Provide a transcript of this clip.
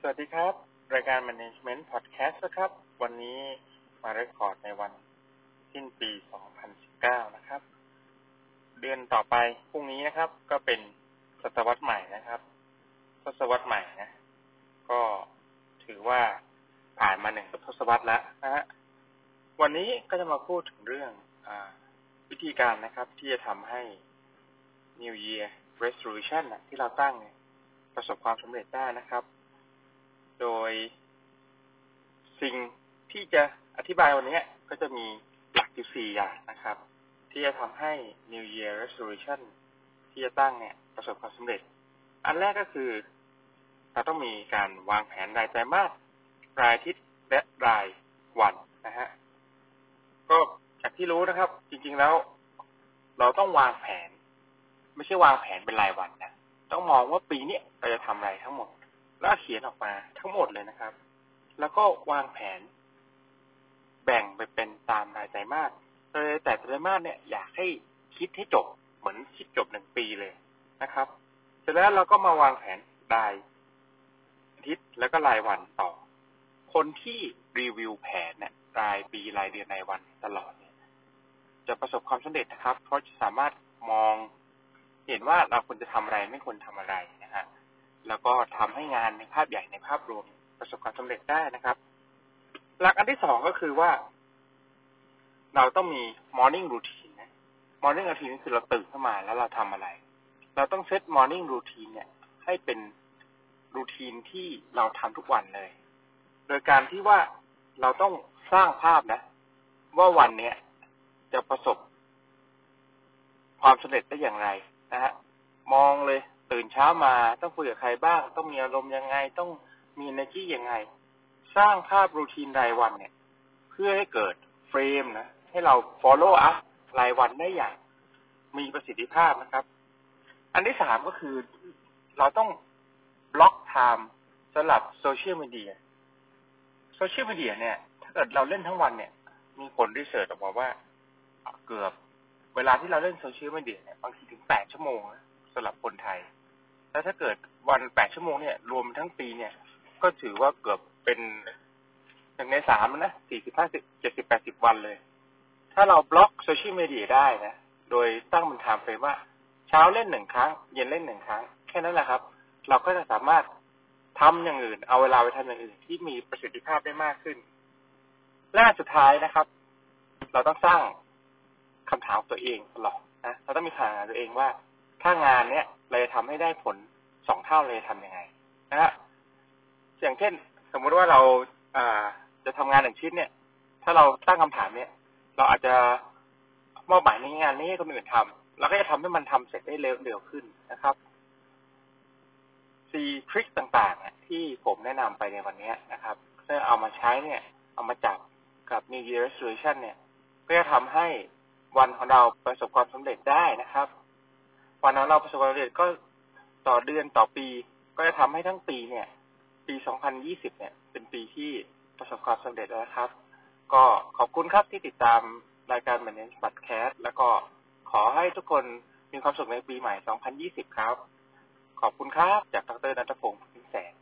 สวัสดีครับรายการ Management Podcast นะครับวันนี้มาเรคคอร์ดในวันสิ้นปี 2019 นะครับเดือนต่อไปพรุ่งนี้นะครับก็เป็นศตวรรษใหม่นะครับทศวรรษใหม่นะก็ถือว่าผ่านมา1 ทศวรรษแล้วนะฮะวันนี้ก็จะมาพูดถึงเรื่องวิธีการนะครับที่จะทำให้ New Year Resolution ที่เราตั้งประสบความสำเร็จได้นะครับโดยสิ่งที่จะอธิบายวันนี้ก็จะมีหลักอยู่4อย่างนะครับที่จะทำให้ New Year Resolution ที่จะตั้งประสบความสำเร็จอันแรกก็คือเราต้องมีการวางแผนรายไตรมาสรายอาทิตย์และรายวันนะฮะก็จากที่รู้นะครับจริงๆแล้วเราต้องวางแผนไม่ใช่วางแผนเป็นรายวันนะต้องมองว่าปีนี้เราจะทำอะไรทั้งหมดแล้วเขียนออกมาทั้งหมดเลยนะครับแล้วก็วางแผนแบ่งไปเป็นตามรายไตรมาสแต่ไตรมาสอยากให้คิดให้จบเหมือนคิดจบ1 ปีเลยนะครับเสร็จแล้วเราก็มาวางแผนรายอาทิตย์แล้วก็รายวันต่อคนที่รีวิวแผนรายปีรายเดือนรายวันตลอดจะประสบความสำเร็จนะครับเพราะจะสามารถมองเห็นว่าเราควรจะทำอะไรไม่ควรทำอะไรนะฮะแล้วก็ทำให้งานในภาพใหญ่ในภาพรวมประสบความสำเร็จได้นะครับหลักอันที่2ก็คือว่าเราต้องมี morning routine นะ morning routine คือเราตื่นขึ้นมาแล้วเราทำอะไรเราต้องเซต morning routine ให้เป็นรูทีนที่เราทำทุกวันเลยโดยการที่ว่าเราต้องสร้างภาพนะว่าวันนี้จะประสบความสำเร็จได้อย่างไรนะฮะมองเลยตื่นเช้ามาต้องคุยกับใครบ้างต้องมีอารมณ์ยังไงต้องมี energy ยังไงสร้างภาพรูทีนรายวันเพื่อให้เกิดเฟรมนะให้เรา follow up รายวันได้อย่างมีประสิทธิภาพนะครับอันที่3ก็คือเราต้องบล็อกไทม์สำหรับโซเชียลมีเดียถ้าเกิดเราเล่นทั้งวันมีผลรีเสิร์ชออกมาว่าเกือบเวลาที่เราเล่นโซเชียลมีเดียบางทีถึง8 ชั่วโมงสำหรับคนไทยแล้วถ้าเกิดวัน8 ชั่วโมงรวมทั้งปีก็ถือว่าเกือบเป็น1 ใน 3นะ40 50 70 80 วันเลยถ้าเราบล็อกโซเชียลมีเดียได้นะโดยตั้งเป็นไทม์เฟรมว่าเช้าเล่น1 ครั้งเย็นเล่น1 ครั้งแค่นั้นแหละครับเราก็จะสามารถทำอย่างอื่นเอาเวลาไปทำอย่างอื่นที่มีประสิทธิภาพได้มากขึ้นและสุดท้ายนะครับเราต้องสร้างคำถามตัวเองตลอดนะเราต้องมีคำถามตัวเองว่าถ้างานเราจะทำให้ได้ผล2 เท่าเลยทำยังไงนะฮะอย่างเช่นสมมุติว่าเราจะทำงาน1 ชิ้นถ้าเราตั้งคำถามเราอาจจะมอบหมายในงานนี้ให้คนอื่นทำเราก็จะทำให้มันทำเสร็จได้เร็วขึ้นนะครับ4 ทริคต่างๆที่ผมแนะนำไปในวันนี้นะครับเพื่อเอามาใช้เอามาจับกับ New Year Resolution เพื่อทำให้วันของเราประสบความสำเร็จได้นะครับวันของเราประสบความสำเร็จก็ต่อเดือนต่อปีก็จะทำให้ทั้งปีปี 2020เป็นปีที่ประสบความสำเร็จแล้วครับก็ขอบคุณครับที่ติดตามรายการ Management Podcast แล้วก็ขอให้ทุกคนมีความสุขในปีใหม่ 2020 ครับขอบคุณครับจากดร.ณัฐพงศ์ พิมพ์แสง